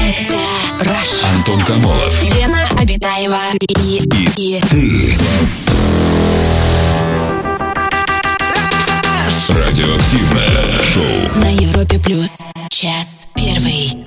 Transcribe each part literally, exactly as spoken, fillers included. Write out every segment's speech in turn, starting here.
Это Rush. Антон Камолов, Лена Обитаева и, и, и ты. Радиоактивное шоу на Европе Плюс. Час первый.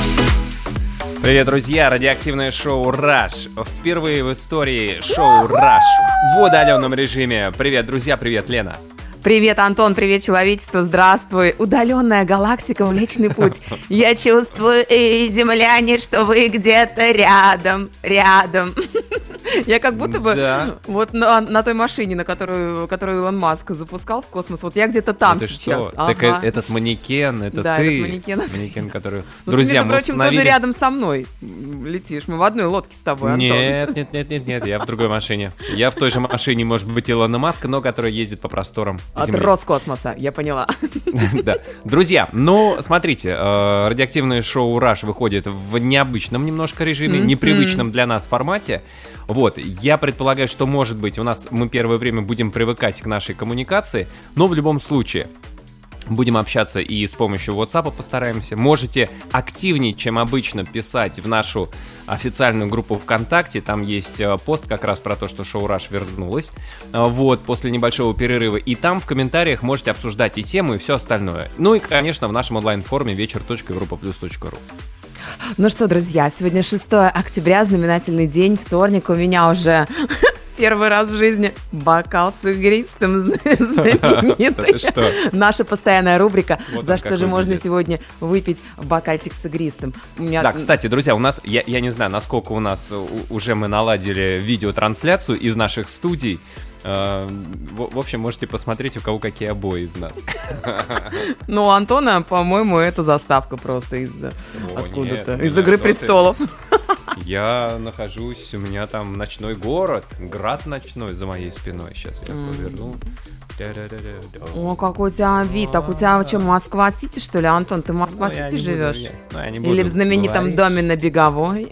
Привет, друзья! Радиоактивное шоу Rush. Впервые в истории шоу Rush в удаленном режиме. Привет, друзья! Привет, Лена! Привет, Антон, привет, человечество, здравствуй. Удаленная галактика, Млечный Путь. Я чувствую, эй, земляне, что вы где-то рядом, рядом. Я как будто бы да. вот на, на той машине, на которую, которую Илон Маск запускал в космос, вот я где-то там ты сейчас. Что? Ага. Так этот манекен, это да, ты. Этот манекен. манекен, который... Ну, Друзья, ты, между мы прочим, установили... тоже рядом со мной летишь. Мы в одной лодке с тобой, Антон. Нет, нет, нет, нет, нет, я в другой машине. Я в той же машине, может быть, Илона Маска, но которая ездит по просторам От Земли. Роскосмоса, я поняла. Да. Друзья, ну, смотрите, э, радиоактивное шоу Rush выходит в необычном немножко режиме, Mm-hmm. непривычном для нас формате. Вот, я предполагаю, что, может быть, у нас мы первое время будем привыкать к нашей коммуникации, но в любом случае будем общаться и с помощью WhatsApp постараемся. Можете активнее, чем обычно, писать в нашу официальную группу ВКонтакте. Там есть пост как раз про то, что шоу Rush вернулось. Вот, после небольшого перерыва. И там в комментариях можете обсуждать и тему, и все остальное. Ну и, конечно, в нашем онлайн-форуме вечер точка европа плюс точка ру. Ну что, друзья, сегодня шестое октября, знаменательный день, вторник. У меня уже первый раз в жизни бокал с игристым знаменитый. Наша постоянная рубрика, за что же можно сегодня выпить бокальчик с игристым. Да, кстати, друзья, у нас, я, я не знаю, насколько у нас уже мы наладили видеотрансляцию из наших студий. В, в общем, можете посмотреть, у кого какие обои из нас. Ну, у Антона, по-моему, это заставка просто из откуда-то, из «Игры престолов». Я нахожусь, у меня там ночной город, град ночной за моей спиной. Сейчас я поверну. О, какой у тебя вид. Так у тебя что, Москва-Сити, что ли, Антон? Ты в Москва-Сити ну, живешь? Буду, я, ну, Или в знаменитом говорить. Доме на Беговой?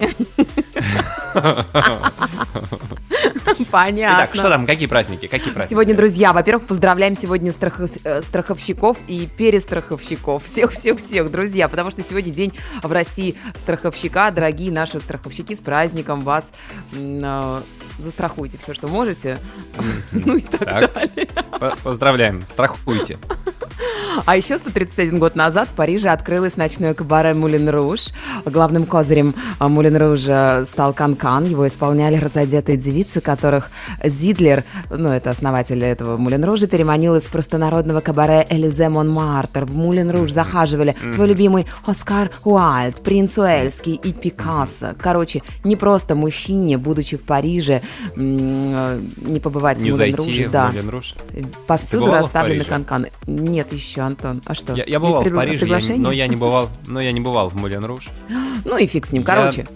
Понятно. Итак, что там, какие праздники? Какие праздники? Сегодня, друзья, во-первых, поздравляем сегодня страхов... страховщиков и перестраховщиков. Всех-всех-всех, друзья, потому что сегодня день в России страховщика. Дорогие наши страховщики, с праздником вас э, застрахуйте все, что можете. Ну и так, так далее. Поздравляем, страхуйте. А еще сто тридцать один год назад в Париже открылось ночное кабаре «Мулен Руж». Главным козырем «Мулен Ружа» стал Кан-Кан. Его исполняли разодетые девицы, которых Зидлер, ну, это основатель этого «Мулен Ружа», переманил из простонародного кабаре «Элизе Монмартр». В «Мулен Руж» захаживали mm-hmm. твой любимый Оскар Уайльд, принц Уэльский и Пикассо. Короче, не просто мужчине, будучи в Париже, не побывать не в «Мулен Руже». Не да. зайти в «Мулен Руж». Повсюду расставлены Кан-Каны. Нет еще, Антон. А что? Я, я бывал в Париже, я, но я не бывал, но я не бывал в «Мулен Руж». Ну и фиг с ним, короче.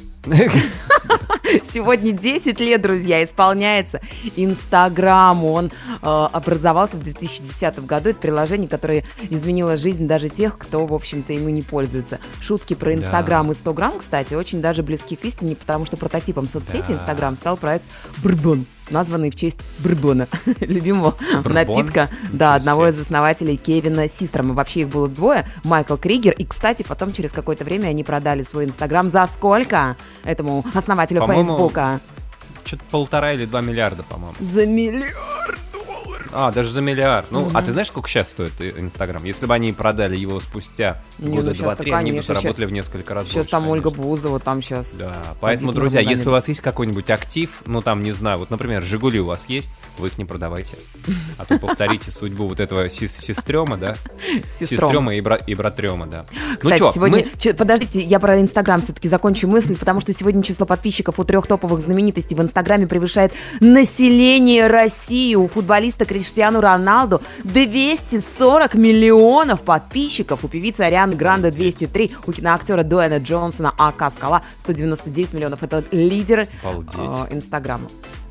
Сегодня десять лет, друзья, исполняется Инстаграму. Он э, образовался в две тысячи десятом году. Это приложение, которое изменило жизнь даже тех, кто, в общем-то, ему не пользуется. Шутки про Инстаграм да. и сто грамм, кстати, очень даже близки к истине, потому что прототипом соцсети Инстаграм да. стал проект «Бурбон», названный в честь бурбона, любимого Бурбон? напитка, да, одного из основателей Кевина Систрома. Вообще их было двое, Майкл Кригер, и, кстати, потом через какое-то время они продали свой Инстаграм за сколько этому основателю Фейсбука? Что-то полтора или два миллиарда, по-моему. За миллиард долларов. А, даже за миллиард. Ну, угу. а ты знаешь, сколько сейчас стоит Инстаграм? Если бы они продали его спустя Не, года ну, два-три, они бы заработали в несколько раз сейчас больше. Сейчас там конечно. Ольга Бузова, там сейчас... Да, поэтому, друзья, если у вас есть какой-нибудь актив, ну, там, не знаю, вот, например, «Жигули» у вас есть, вы их не продавайте. А то повторите судьбу вот этого сестрема, да? Сестрема и, бра- и братрема, да. Кстати, ну что, сегодня... мы... Подождите, я про Инстаграм все-таки закончу мысль, потому что сегодня число подписчиков у трех топовых знаменитостей в Инстаграме превышает население России. У футболиста Криштиану Роналду двести сорок миллионов подписчиков, у певицы Арианы Гранде двести три, у киноактера Дуэйна Джонсона АК «Скала» сто девяносто девять миллионов. Это лидеры э, Инстаграма.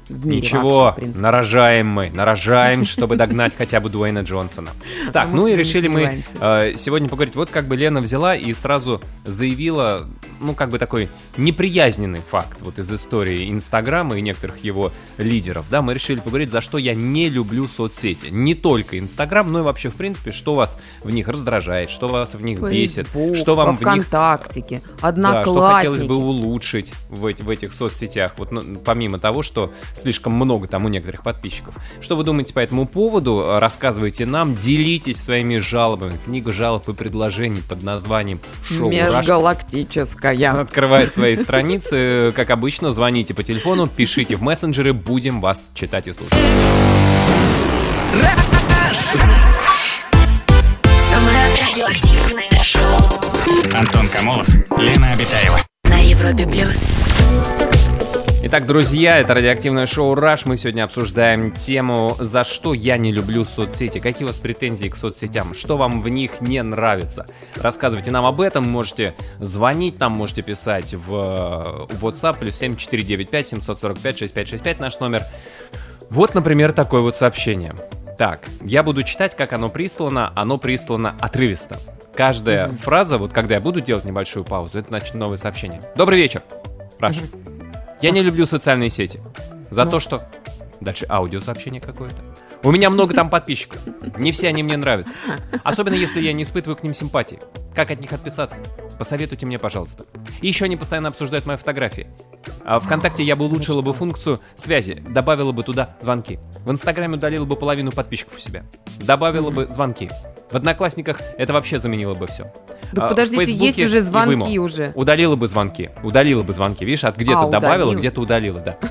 в мире Ничего, вообще, в принципе. нарожаем мы, нарожаем, чтобы догнать хотя бы Дуэйна Джонсона. Так, мы ну и с ним решили мы сомневаемся. э, сегодня поговорить. Вот как бы Лена взяла и сразу заявила, ну как бы такой неприязненный факт вот из истории Инстаграма и некоторых его лидеров. Да, мы решили поговорить, за что я не люблю соцсети. Не только Инстаграм, но и вообще в принципе, что вас в них раздражает, что вас в них бесит, Facebook, что вам в них... ВКонтактике, Да, Одноклассники. что хотелось бы улучшить в, эти- в этих соцсетях, вот ну, помимо того, что слишком много там у некоторых подписчиков. Что вы думаете по этому поводу? Рассказывайте нам, делитесь своими жалобами. Книга жалоб и предложений под названием «Шоу Rush» Межгалактическая. открывает свои страницы. Как обычно, звоните по телефону, пишите в мессенджеры, будем вас читать и слушать. Самое радиоактивное шоу Антон Камолов, Лена Обитаева. на Европе плюс. Итак, друзья, это радиоактивное шоу «Rush». Мы сегодня обсуждаем тему «За что я не люблю соцсети». Какие у вас претензии к соцсетям? Что вам в них не нравится? Рассказывайте нам об этом. Можете звонить нам, можете писать в WhatsApp плюс семь четыре девять пять семь сорок пять шесть пять шесть пять наш номер. Вот, например, такое вот сообщение. Так, я буду читать, как оно прислано. Оно прислано отрывисто. Каждая mm-hmm. фраза, вот когда я буду делать небольшую паузу, это значит новое сообщение. Добрый вечер, Раша. Mm-hmm. Я не люблю социальные сети. За Ну. то, что... Дальше аудиосообщение какое-то. У меня много там подписчиков. Не все они мне нравятся. Особенно, если я не испытываю к ним симпатии. Как от них отписаться? Посоветуйте мне, пожалуйста. И еще они постоянно обсуждают мои фотографии. А ВКонтакте я бы улучшила бы функцию связи. Добавила бы туда звонки. В Инстаграме удалила бы половину подписчиков у себя. Добавила бы звонки. В Одноклассниках это вообще заменило бы все. Так А, подождите, в Фейсбуке есть уже и звонки вымыл. уже. Удалила бы звонки. Удалила бы звонки. Видишь, от где-то А, добавила, удалила. где-то удалила, да.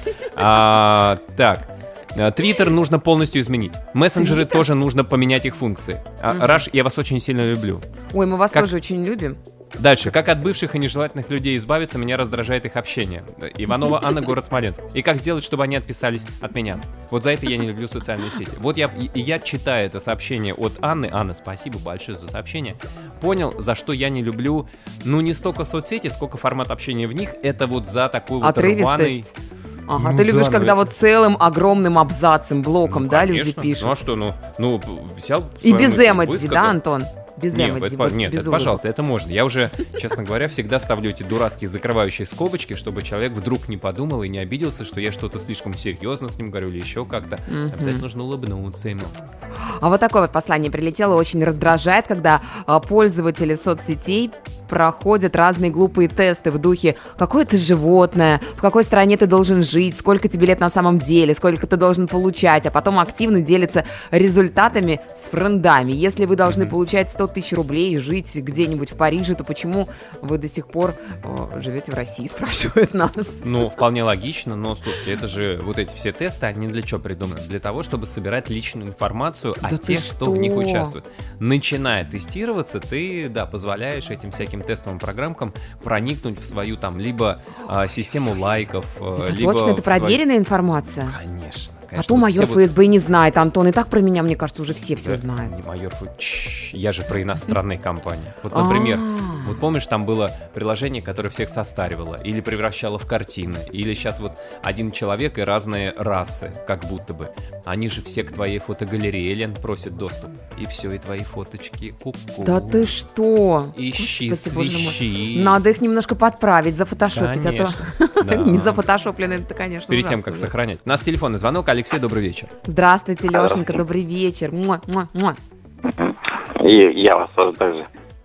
А, так. Твиттер нужно полностью изменить. Мессенджеры Твиттер? тоже нужно поменять их функции. А, Мгм. Раш, я вас очень сильно люблю. Ой, мы вас Как- тоже очень любим. Дальше. Как от бывших и нежелательных людей избавиться, меня раздражает их общение. Иванова Анна, город Смоленск. И как сделать, чтобы они отписались от меня? Вот за это я не люблю социальные сети. Вот я, и я читаю это сообщение от Анны. Анна, спасибо большое за сообщение. Понял, за что я не люблю, ну, не столько соцсети, сколько формат общения в них. Это вот за такой вот рваный... Отрывистость. Ага, Ну ты любишь, да, ну когда это- вот целым огромным абзацем, блоком, Ну, да, конечно. люди пишут. Ну а что, ну, ну взял И свою без мысль, эмодзи, высказал. да, Антон? Без Нет, эмодзи, это, вот нет, без это, улыбок. пожалуйста, это можно. Я уже, честно говоря, всегда ставлю эти дурацкие закрывающие скобочки, чтобы человек вдруг не подумал и не обиделся, что я что-то слишком серьезно с ним говорю или еще как-то. Мгм. Обязательно нужно улыбнуться ему. А вот такое вот послание прилетело, очень раздражает, когда а, пользователи соцсетей проходят разные глупые тесты в духе «какое ты животное?», «в какой стране ты должен жить?», «сколько тебе лет на самом деле?», «сколько ты должен получать?», а потом активно делятся результатами с френдами. Если вы должны Мгм. получать сто тысяч рублей и жить где-нибудь в Париже, то почему вы до сих пор э, живете в России, спрашивают нас. Ну, вполне логично, но, слушайте, это же вот эти все тесты, они для чего придуманы? Для того, чтобы собирать личную информацию о Да ты тех, кто в них что? участвует. Начиная тестироваться, ты, да, позволяешь этим всяким тестовым программкам проникнуть в свою там либо а, систему лайков, а, Это либо точно, это в свою- проверенная информация? Конечно. А конечно. то Вот майор все вот- ФСБ не знает, Антон. И так про меня, мне кажется, уже все все Да, знают. не майор Фу- Чш, я же про иностранные компании. Вот, например, А. вот помнишь, там было приложение, которое всех состаривало или превращало в картины, или сейчас вот один человек и разные расы, как будто бы. Они же все к твоей фотогалерее, Лен, просят доступ. И все, и твои фоточки. Ку-ку. Да ты что? Ищи, Господи, боже мой. свищи. Надо их немножко подправить, зафотошопить, а Конечно, то да. не зафотошоплены, это, конечно, Перед тем, ужасно как уже. сохранять. У нас телефонный звонок. Алексей, добрый вечер. Здравствуйте, Лешенька, добрый вечер. Муа, муа, муа. И я вас тоже так же.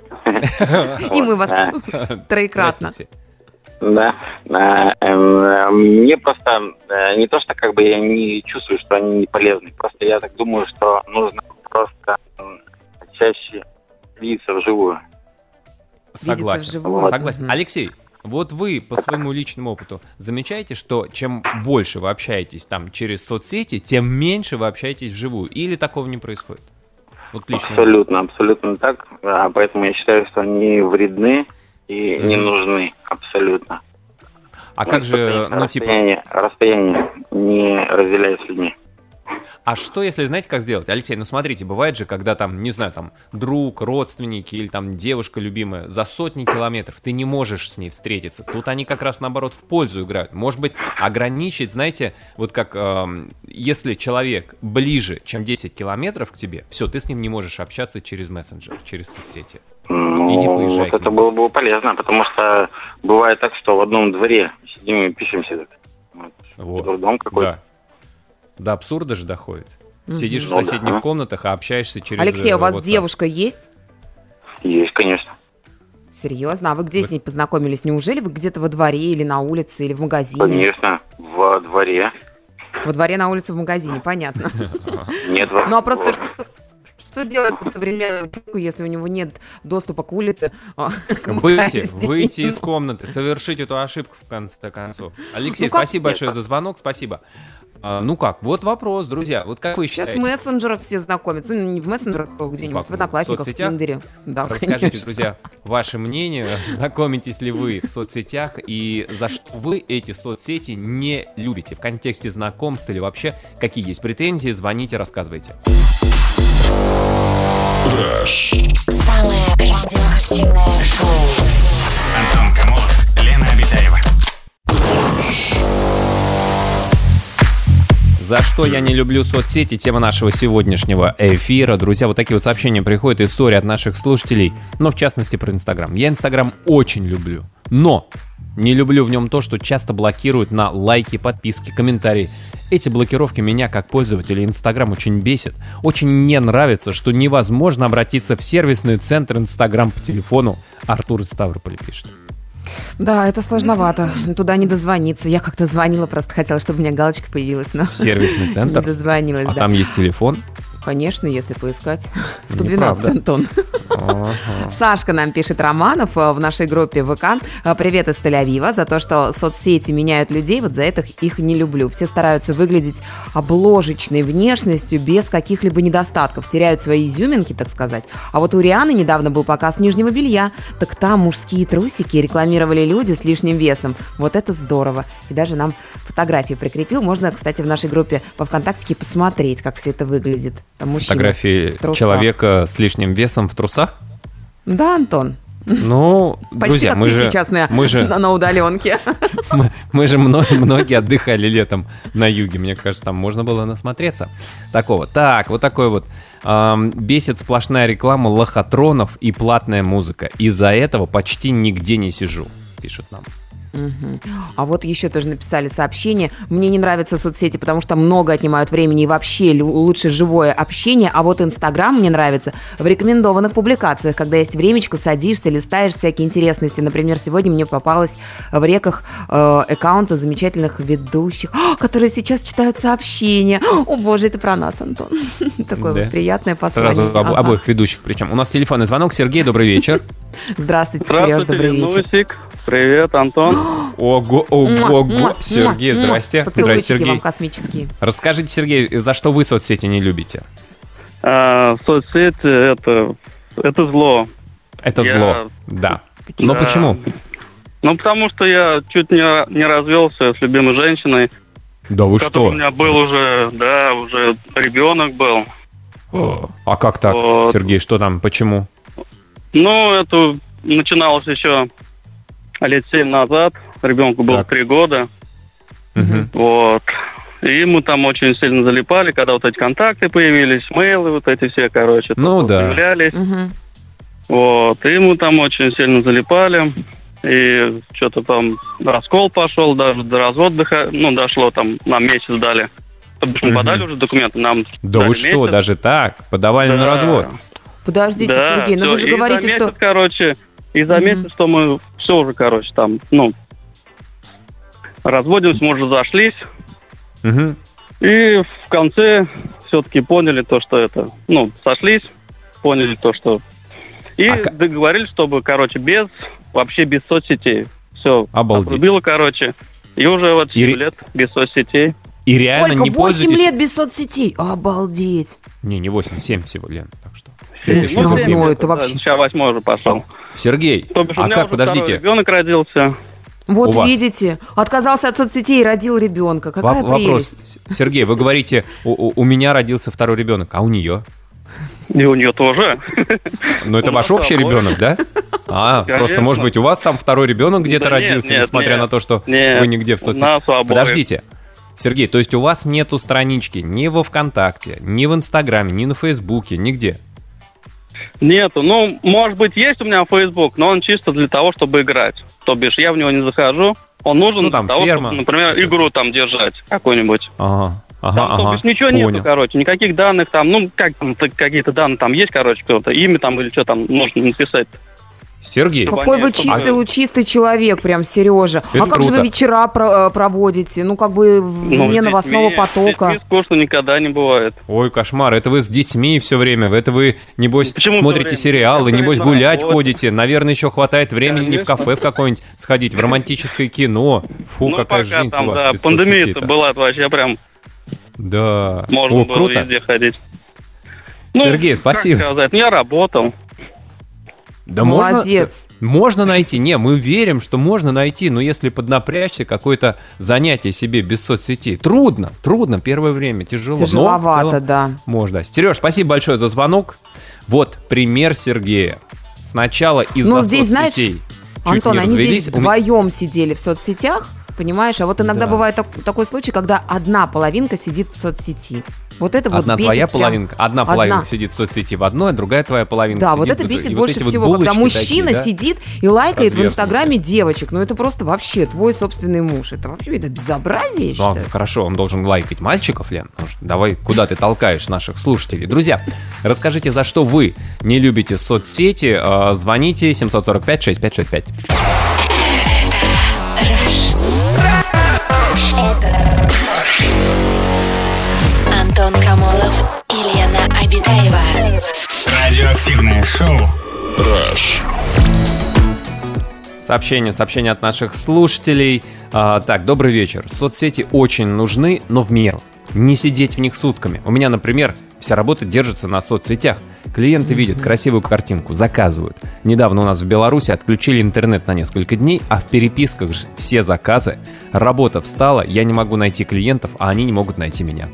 И мы вас Да. троекратно. Здравствуйте. Да. А, эм, Мне просто э, не то, что как бы я не чувствую, что они не полезны. Просто я так думаю, что нужно просто м, чаще видеться вживую. Согласен. вживую. Согласен. Мгм. Алексей, вот вы по своему личному опыту замечаете, что чем больше вы общаетесь там через соцсети, тем меньше вы общаетесь вживую? Или такого не происходит? Вот лично у вас. Абсолютно, абсолютно так. А, Поэтому я считаю, что они вредны и не Мгм. нужны абсолютно. А как же, ну типа, расстояние, расстояние не разделяет с людьми. А что, если, знаете, как сделать? Алексей, ну смотрите, бывает же, когда там, не знаю, там, друг, родственники или там девушка любимая за сотни километров, ты не можешь с ней встретиться. Тут они как раз, наоборот, в пользу играют. Может быть, ограничить, знаете, вот как, эм, если человек ближе, чем десять километров к тебе, все, ты с ним не можешь общаться через мессенджер, через соцсети. Ну, Иди поезжай вот к это ним. было бы полезно, потому что бывает так, что в одном дворе сидим и пишемся. Вот. Вот. Дурдом какой-то. Да. До абсурда же доходит. Сидишь Ну в соседних да. комнатах, а общаешься через Алексей, э, у вас WhatsApp. девушка есть? Есть, конечно. Серьезно? А вы где Вы- с ней познакомились? Неужели вы где-то во дворе или на улице, или в магазине? Конечно, во дворе. Во дворе, на улице, в магазине, понятно. Нет, во- Ну а просто во- что, что делать современному человеку, если у него нет доступа к улице? а, к Выйти, магазину? выйти из комнаты, совершить эту ошибку в конце концов. Алексей, Ну как- спасибо большое за звонок, спасибо. А, ну как, вот вопрос, друзья, вот как вы Сейчас в считаете? мессенджерах все знакомятся. Ну, не в мессенджерах, а где-нибудь Как, в Одноклассниках, в, соцсетях? Тиндере. Да, Расскажите, конечно. друзья, ваше мнение, знакомитесь ли вы в соцсетях и за что вы эти соцсети не любите? В контексте знакомств или вообще какие есть претензии, звоните, рассказывайте. Самое радиоактивное шоу. Антон Камолов, Лена Обитаева. За что я не люблю соцсети? Тема нашего сегодняшнего эфира. Друзья, вот такие вот сообщения приходят, истории от наших слушателей, но в частности про Инстаграм. Я Инстаграм очень люблю, но не люблю в нем то, что часто блокируют на лайки, подписки, комментарии. Эти блокировки меня, как пользователя Инстаграм, очень бесит. Очень не нравится, что невозможно обратиться в сервисный центр Инстаграм по телефону. Артур из Ставрополя пишет. Да, это сложновато. Туда не дозвониться. Я как-то звонила, просто хотела, чтобы у меня галочка появилась, но В сервисный не центр? дозвонилась, А да. там есть телефон? Конечно, если поискать. сто двенадцать, Неправда. Антон. Ага. Сашка нам пишет, Романов э, в нашей группе ВК. э, Привет из Тель-Авива. За то, что соцсети меняют людей, вот за это их не люблю. Все стараются выглядеть обложечной внешностью без каких-либо недостатков. Теряют свои изюминки, так сказать. А вот у Рианы недавно был показ нижнего белья. Так там мужские трусики рекламировали люди с лишним весом. Вот это здорово. И даже нам фотографии прикрепил. Можно, кстати, в нашей группе во ВКонтакте посмотреть, как все это выглядит. Там мужчина Фотографии в трусах. человека с лишним весом в трусах? Да, Антон. Ну, Почти друзья, как мы ты же, сейчас на, мы же, на, на удаленке. мы, мы же мно- многие отдыхали летом на юге. Мне кажется, там можно было насмотреться такого. Так, вот такой вот. Эм, бесит сплошная реклама лохотронов и платная музыка. Из-за этого почти нигде не сижу, пишут нам. Мгм. А вот еще тоже написали сообщение. Мне не нравятся соцсети, потому что много отнимают времени и вообще лю- лучше живое общение. А вот Инстаграм мне нравится в рекомендованных публикациях, когда есть времечко, садишься, листаешь всякие интересности. Например, сегодня мне попалось в реках э, аккаунты замечательных ведущих, о, которые сейчас читают сообщения. О боже, это про нас, Антон. Такое Да. вот приятное послание. Сразу об- Ага. обоих ведущих причем. У нас телефонный звонок. Сергей, добрый вечер. Здравствуйте, Сереж, добрый вечер. Нусик. Привет, Антон. Ого, Муа, ого, муа, го. Сергей, муа, здрасте. муа. Здрасте, Поцелуйчики Сергей. вам космические. Расскажите, Сергей, за что вы соцсети не любите? А, соцсети это, это зло. Это Я- зло, да. Но Да. почему? Ну, потому что я чуть не, не развелся с любимой женщиной. Да вы у которой что? У меня был уже, да, уже ребенок был. А как так, Вот. Сергей, что там, почему? Ну, это начиналось еще лет семь назад. Ребенку было Так. три года. Мгм. Вот. И мы там очень сильно залипали, когда вот эти контакты появились, мейлы вот эти все, короче, Ну тут да. появлялись. Мгм. Вот, и мы там очень сильно залипали, и что-то там раскол пошел, даже до развода дохо- ну, дошло, там, нам месяц дали. То бишь мы Мгм. подали уже документы, нам Да дали вы что, месяц. даже так? Подавали на Да. развод? Подождите, Да, Сергей, но всё, вы же и за говорите, месяц, что... короче, и за Мгм. месяц, что мы все уже, короче, там, ну, разводимся, мы уже зашлись, Мгм. и в конце все-таки поняли то, что это, ну, сошлись, поняли то, что... И А ка- договорились, чтобы, короче, без, вообще без соцсетей. Все, Обалдеть. отрубило, короче. И уже вот И семь ре- лет без соцсетей. И реально Сколько? не восемь пользуетесь? лет без соцсетей? Обалдеть. Не, не восемь, семь всего, Лен, так что. Ну, Это всё всё равно, время. это вообще- Сейчас восьмой уже пошел. Сергей, То бишь, у а меня как, уже второй подождите, ребенок родился. Вот У вас. видите, отказался от соцсетей и родил ребенка. Какая Во- Вопрос, прелесть. Сергей, вы говорите, у, у- у меня родился второй ребенок, а у нее? И у нее тоже. Ну, это У ваш нас общий обоих. ребенок, да? А, Конечно. просто, может быть, у вас там второй ребенок где-то Да нет, родился, нет, несмотря нет. на то, что Нет, вы нигде в у соцсетях. нас у обоих. Подождите, Сергей, то есть у вас нету странички ни во ВКонтакте, ни в Инстаграме, ни на Фейсбуке, нигде? Нету. Ну, может быть, есть у меня Facebook, но он чисто для того, чтобы играть. То бишь, я в него не захожу. Он нужен Ну, там для того, ферма. чтобы, например, игру там держать какую-нибудь. Ага, ага, Там, то ага, бишь, ничего понял. нету, короче, никаких данных там, ну, как там, т- какие-то данные там есть, короче, кто-то, имя там или что там нужно написать. Сергей, Какой вы понятно. чистый, лучистый человек, прям, Сережа. Это а как же круто. вы вечера про- проводите? Ну, как бы Ну, вне с новостного детьми- потока. С детьми скучно никогда не бывает. ой, кошмар, это вы с детьми все время, это вы, небось, Почему смотрите всё время? сериалы, Я всё небось, время на гулять работе. ходите, наверное, еще хватает времени не в Конечно. кафе в какое-нибудь сходить, в романтическое кино. Фу, ну, какая пока жизнь там, у вас да, без пандемия-то соцсетей-то. была, это вообще прям Да. можно О, было круто. везде ходить. Ну, Сергей, спасибо. Как сказать, ну, я работал. Да Молодец. Можно, можно найти. Не, мы верим, что можно найти, но если поднапрячься, какое-то занятие себе без соцсетей. Трудно, трудно, первое время, тяжело. но в Тяжеловато, целом да. можно. Сереж, спасибо большое за звонок. Вот пример Сергея. Сначала из-за Ну, здесь, знаешь, соцсетей чуть Антон, не они развелись. здесь У меня- вдвоем сидели в соцсетях, понимаешь? А вот иногда Да. бывает так- такой случай, когда одна половинка сидит в соцсети. Вот это вот Одна бесит твоя прям. половинка, одна, Одна. половинка сидит в соцсети в одной, а другая твоя половинка Да, сидит вот это в другой. бесит И вот больше эти вот всего, когда булочки мужчина такие, да? сидит и лайкает в Развернутые. Инстаграме девочек. Ну это просто вообще твой собственный муж. Это вообще это безобразие, я Ну, а считаю. хорошо, он должен лайкать мальчиков, Лен. Потому что давай, куда ты толкаешь наших слушателей? Друзья, расскажите, за что вы не любите соцсети. Э, Звоните семь сорок пять шестьдесят пять шестьдесят пять. Антон Камолов и Лена Обитаева. Радиоактивное шоу. Сообщение, сообщение от наших слушателей. А, так, добрый вечер. Соцсети очень нужны, но в меру. Не сидеть в них сутками. У меня, например, вся работа держится на соцсетях. Клиенты видят красивую картинку, заказывают. Недавно у нас в Беларуси отключили интернет на несколько дней, а в переписках же все заказы. Работа встала, я не могу найти клиентов, а они не могут найти меня.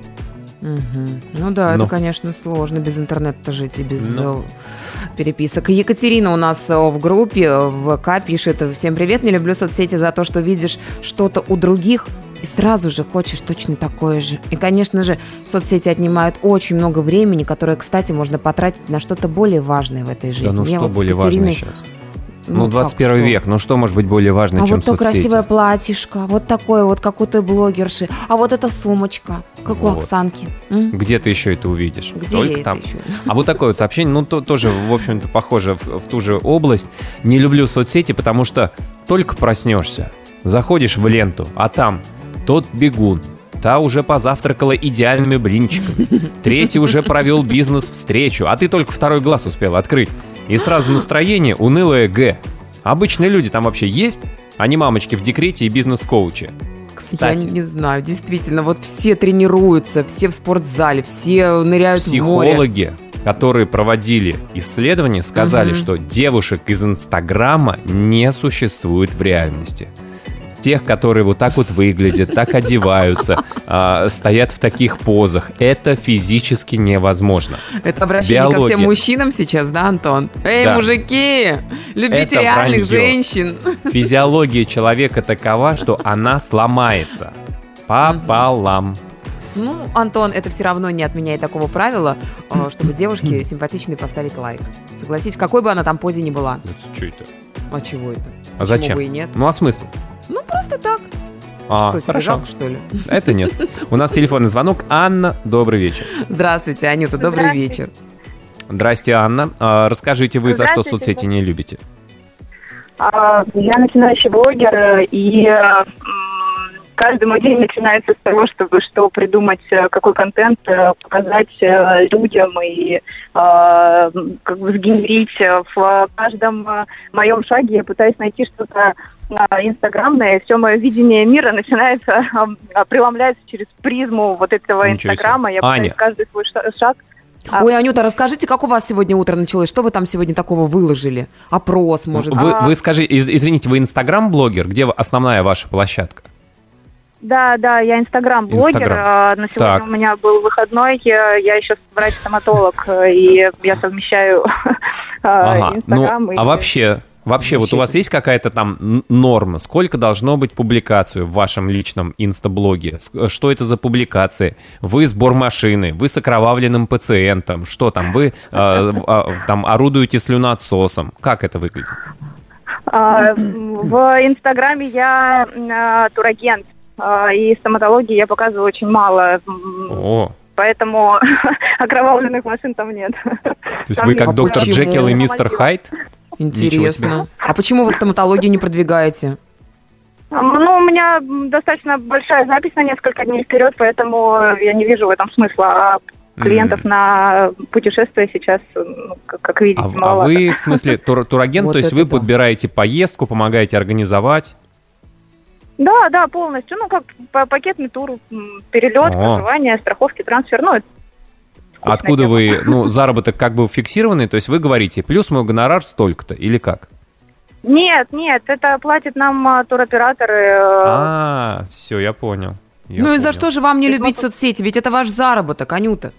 Мгм. Ну да, Ну. это, конечно, сложно без интернета жить и без Ну. э, переписок. Екатерина у нас э, в группе э, в ВК пишет: всем привет, не люблю соцсети за то, что видишь что-то у других и сразу же хочешь точно такое же. И, конечно же, соцсети отнимают очень много времени, которое, кстати, можно потратить на что-то более важное в этой жизни. Да ну Я что вот с более важное Екатериной- сейчас? Ну, Ну, двадцать как первый что? век, ну что может быть более важное, А чем вот то соцсети? красивое платьишко, вот такое вот, как у той блогерши, а вот эта сумочка, как у Вот. Оксанки. М? Где ты еще это увидишь? Где Только я там. это еще? А вот такое вот сообщение, ну, то, тоже, в общем-то, похоже в, в ту же область. Не люблю соцсети, потому что только проснешься, заходишь в ленту, а там тот бегун, та уже позавтракала идеальными блинчиками, третий уже провел бизнес-встречу, а ты только второй глаз успел открыть. И сразу настроение унылое Г. Обычные люди там вообще есть? Они мамочки в декрете и бизнес-коучи. Кстати, Я не знаю, действительно, вот все тренируются, все в спортзале, все ныряют в море. психологи, которые проводили исследования, сказали, Мгм. что девушек из Инстаграма не существует в реальности. Тех, которые вот так вот выглядят, так одеваются, а, стоят в таких позах. Это физически невозможно. Это обращение ко Биология. всем мужчинам сейчас, да, Антон? Эй, Да. мужики, любите Это реальных вранье. женщин. Физиология человека такова, что она сломается пополам. Ну, Антон, это все равно не отменяет такого правила, э, чтобы девушке симпатичной поставить лайк. Согласись, в какой бы она там позе ни была. Что это? А чего это? А Почему зачем? бы и нет? Ну а смысл? Ну, просто так. А, Что, тебе хорошо. жалко, что ли? Это нет. У нас телефонный звонок. Анна, добрый вечер. Здравствуйте, Анюта, добрый Здравствуйте. вечер. Здрасте, Анна. А, Расскажите, вы за что Здравствуйте. соцсети не любите? А, Я начинающий блогер, э, и э, м, каждый мой день начинается с того, чтобы что придумать, э, какой контент э, показать э, людям и э, как бы сгенерить. Э, В каждом э, моем шаге я пытаюсь найти что-то э, инстаграмное, и все мое видение мира начинается э, преломляется через призму вот этого Ничего себе. инстаграма. Я Аня. пытаюсь каждый свой ша- шаг А- Ой, Анюта, расскажите, как у вас сегодня утро началось? Что вы там сегодня такого выложили? Опрос, может? Вы, А- вы скажи, из- извините, вы инстаграм-блогер? Где вы- основная ваша площадка? Да, да, я инстаграм-блогер. Инстаграм. а, Но сегодня Так. у меня был выходной. Я я еще врач-стоматолог, э, и я совмещаю а, Ага. Ну, инстаграм. и- а вообще, вообще, вот у вас есть какая-то там н- норма? Сколько должно быть публикаций в вашем личном инстаблоге? С- Что это за публикации? Вы сбор машины, вы с окровавленным пациентом, что там? Вы э, а, там орудуете слюноотсосом? Как это выглядит? А, В инстаграме я а, турагент, а, и стоматологии я показываю очень мало. м, О, Поэтому окровавленных машин там нет. то есть Там вы как нет. доктор почему? Джекил и мистер Хайд? Ничего себе. Интересно. А почему вы стоматологию не продвигаете? А, Ну, у меня м, достаточно большая запись на несколько дней вперед, поэтому я не вижу в этом смысла. А клиентов М. на путешествие сейчас, ну, как, как видите, А, а маловато. вы, в смысле, тур- турагент, Вот то есть это вы да. подбираете поездку, помогаете организовать? Да, да, полностью. Ну, как по- пакетный тур, м, перелет, О. проживание, страховки, трансфер. Ну, это скучная Откуда тема. вы, ну, заработок как бы фиксированный, то есть вы говорите, плюс мой гонорар столько-то, или как? Нет, нет, это платят нам а, туроператоры. э, А, все, я понял. Я Ну и за понял. что же вам не То есть любить мы- соцсети? Ведь это ваш заработок, Анюта.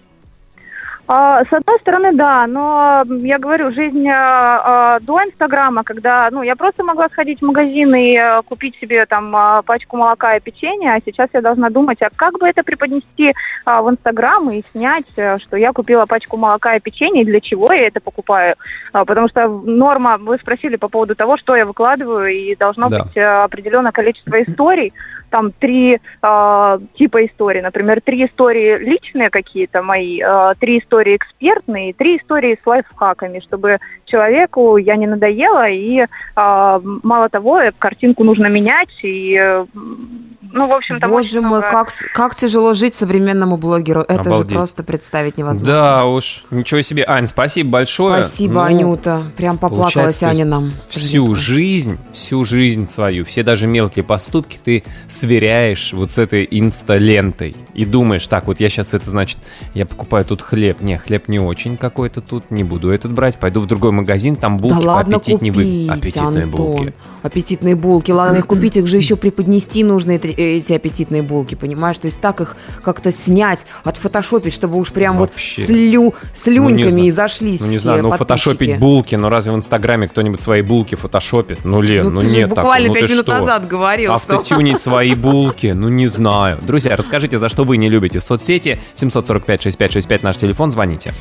А, С одной стороны, да, но я говорю, жизнь а, а, до Инстаграма, когда, ну, я просто могла сходить в магазин и а, купить себе там а, пачку молока и печенья, а сейчас я должна думать, а как бы это преподнести а, в Инстаграм и снять, а, что я купила пачку молока и печенья, и для чего я это покупаю, А, потому что норма, вы спросили по поводу того, что я выкладываю, и должно Да. быть а, определенное количество историй, там три э, типа историй. Например, три истории личные какие-то мои, э, три истории экспертные, и три истории с лайфхаками, чтобы человеку я не надоела, и э, мало того, картинку нужно менять, и, э, ну, в общем, там Боже очень мой, много- как, с- как тяжело жить современному блогеру. Это Обалдеть. же просто представить невозможно. Да уж, ничего себе. Ань, спасибо большое. Спасибо, Ну, Анюта. Прям поплакалась получается, то есть Аня нам. Всю жизнь, всю жизнь свою, все даже мелкие поступки ты сверяешь вот с этой инста-лентой и думаешь, так, вот я сейчас это, значит, я покупаю тут хлеб. Не, хлеб не очень какой-то тут, не буду этот брать, пойду в другой магазин, там булки Да ладно поаппетитнее купить, вы- аппетитные Антон. булки. Аппетитные булки. Ладно, их купить, их же еще преподнести нужно, эти, эти аппетитные булки, понимаешь? То есть так их как-то снять, отфотошопить, чтобы уж прям Вообще. вот слю, слюньками знаю. и зашлись Ну, не все знаю, ну, подписчики. фотошопить булки, ну, разве в Инстаграме кто-нибудь свои булки фотошопит? Ну, Лен, ну, ты же нет буквально такого, ну, пять ты минут что? назад говорил, что... Автотюнить свои булки, ну, не знаю. Друзья, расскажите, за что вы не любите соцсети. семь сорок пять шестьдесят пять шестьдесят пять наш телефон, звоните.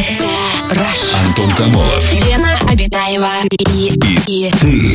Антон Камолов. Лена Обитаева и, и,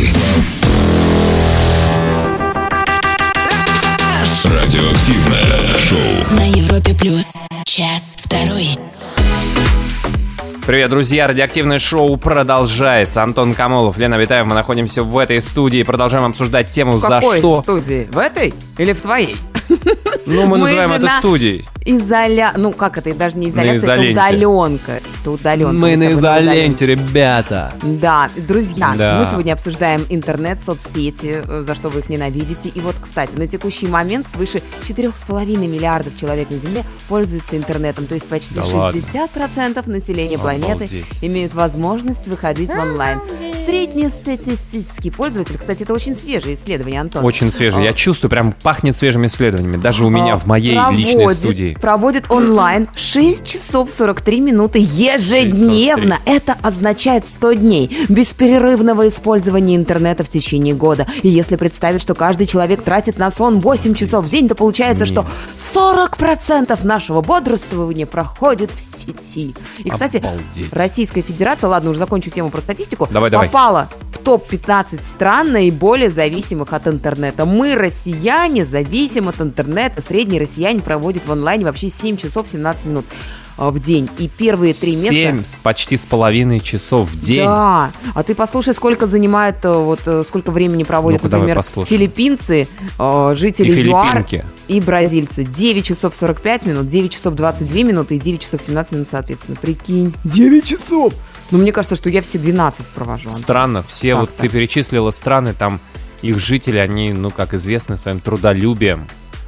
Радиоактивное шоу. на Европе плюс. Час второй. Привет, друзья, радиоактивное шоу продолжается. Антон Камолов, Лена Обитаева, мы находимся в этой студии, продолжаем обсуждать тему В «За какой что?». студии? В этой или в твоей? Ну, мы Мы называем же это на- студией. Изоля... Ну, как это? Даже не изоляция, это изоленте. удаленка. Это удаленка. Мы с на тобой изоленте, ребята. Да, друзья, Да. мы сегодня обсуждаем интернет, соцсети, э, за что вы их ненавидите. И вот, кстати, на текущий момент свыше четыре с половиной миллиардов человек на Земле пользуются интернетом. То есть почти Да ладно. шестьдесят процентов населения планеты Обалдеть. имеют возможность выходить в онлайн. Среднестатистический пользователь, кстати, это очень свежее исследование, Антон. Очень свежий. Я чувствую, прям пахнет свежими исследованиями. Даже у меня А, в моей проводит- личной студии. Проводит онлайн шесть часов сорок три минуты ежедневно. Это означает сто дней бесперерывного использования интернета в течение года. И если представить, что каждый человек тратит на сон восемь часов в день, то получается, что сорок процентов нашего бодрствования проходит в сети. И, кстати, Обалдеть. Российская Федерация, ладно, уже закончу тему про статистику, Давай, давай. попала в топ пятнадцать стран наиболее зависимых от интернета. Мы, россияне, зависим от интернета. Средний россиянин проводит в онлайне вообще семь часов семнадцать минут а, в день. И первые три места... Семь с почти с половиной часов в день. Да, а ты послушай, сколько занимает, э, вот э, сколько времени проводят, Ну-ка, давай например, послушаем. филиппинцы, э, жители И ЮАР филиппинки. и бразильцы. девять часов сорок пять минут, девять часов двадцать две минуты и девять часов семнадцать минут, соответственно. Прикинь, девять часов! Ну, мне кажется, что я все двенадцать провожу. Антон. Странно. Все Как вот так? ты перечислила страны, там их жители, они, ну, как известно, своим трудолюбием.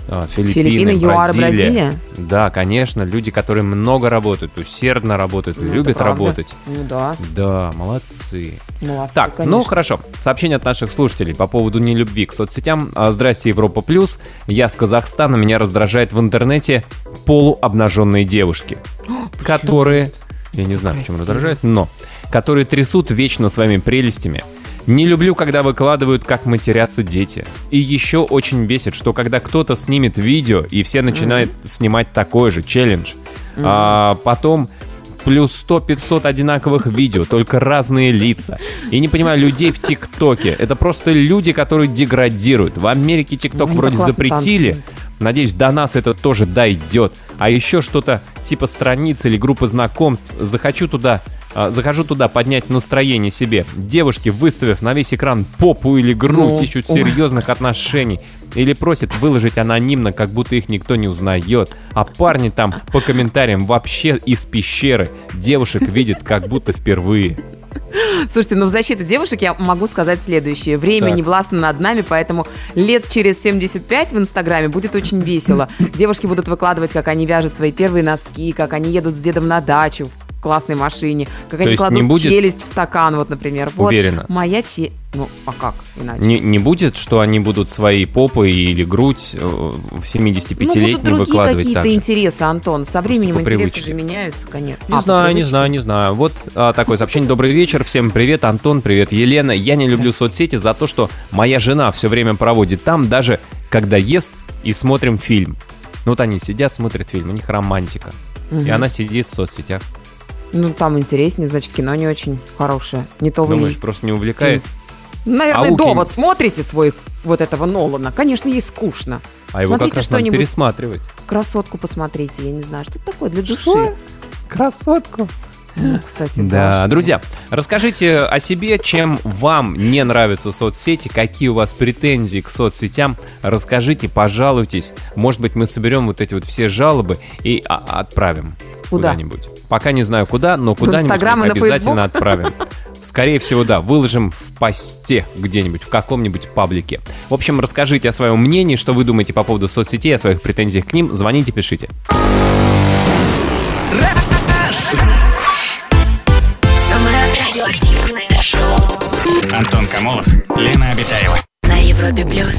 Филиппины, Филиппины, ЮАР, Бразилия. Бразилия? Да, конечно, люди, которые много работают, усердно работают, Ну, любят это правда. работать. Ну да. Да, молодцы. Молодцы, Так, конечно. ну хорошо. Сообщение от наших слушателей по поводу нелюбви к соцсетям. А, Здрасте, Европа Плюс. Я с Казахстана. Меня раздражает в интернете полуобнаженные девушки, которые... Я не знаю, почему красиво. раздражает, но... Которые трясут вечно своими прелестями. Не люблю, когда выкладывают, как матерятся дети. И еще очень бесит, что когда кто-то снимет видео, и все начинают mm-hmm. снимать такой же челлендж, mm-hmm. а потом плюс сто-пятьсот одинаковых видео, только разные лица. И не понимаю людей в ТикТоке. Это просто люди, которые деградируют. В Америке ТикТок Ну, вроде классно запретили. танцуют. Надеюсь, до нас это тоже дойдет. А еще что-то типа страницы или группы знакомств. Захочу туда... Захожу туда поднять настроение себе. Девушки, выставив на весь экран попу или грудь, Ну, ищут ой. серьезных отношений. Или просят выложить анонимно, как будто их никто не узнает. А парни там по комментариям вообще из пещеры. Девушек видят как будто впервые. Слушайте, ну в защиту девушек я могу сказать следующее. Время Так. не властно над нами, поэтому лет через семьдесят пять в Инстаграме будет очень весело. Девушки будут выкладывать, как они вяжут свои первые носки, как они едут с дедом на дачу в классной машине, как То они есть кладут не будет- челюсть в стакан, вот, например. Вот Уверена. моя че... Ну, а как иначе? Не, не будет, что они будут свои попы или грудь э, в Ну, будут семидесятипятилетним другие выкладывать какие-то так же? интересы, Антон. Со временем по интересы привычке. же меняются, конечно. Не А, по знаю, не привычке. знаю, не знаю. Вот а, такое сообщение. Добрый вечер, всем привет, Антон, привет, Елена. Я не люблю соцсети за то, что моя жена все время проводит там, даже когда ест и смотрим фильм. Ну вот они сидят, смотрят фильм, у них романтика. И Мгм. она сидит в соцсетях. Ну, там интереснее, значит, кино не очень хорошее. Не то вы... Думаешь, просто не увлекает? Наверное, А у довод Ким- смотрите свой вот этого Нолана. Конечно, ей скучно. А его как Смотрите раз надо что-нибудь. пересматривать. Красотку посмотрите, я не знаю, что это такое для души. Что? Красотку. Ну, кстати, Да, что- друзья, расскажите о себе, чем вам не нравятся соцсети, какие у вас претензии к соцсетям. Расскажите, пожалуйтесь. Может быть, мы соберем вот эти вот все жалобы и а, отправим Куда? куда-нибудь. Пока не знаю куда, но куда-нибудь Инстаграм мы и на обязательно Фейсбук? отправим. Скорее всего, да, выложим в посте где-нибудь, в каком-нибудь паблике. В общем, расскажите о своем мнении, что вы думаете по поводу соцсетей, о своих претензиях к ним. Звоните, пишите. Самое радиоактивное шоу Антон Камолов, Лена Обитаева. на Европе плюс.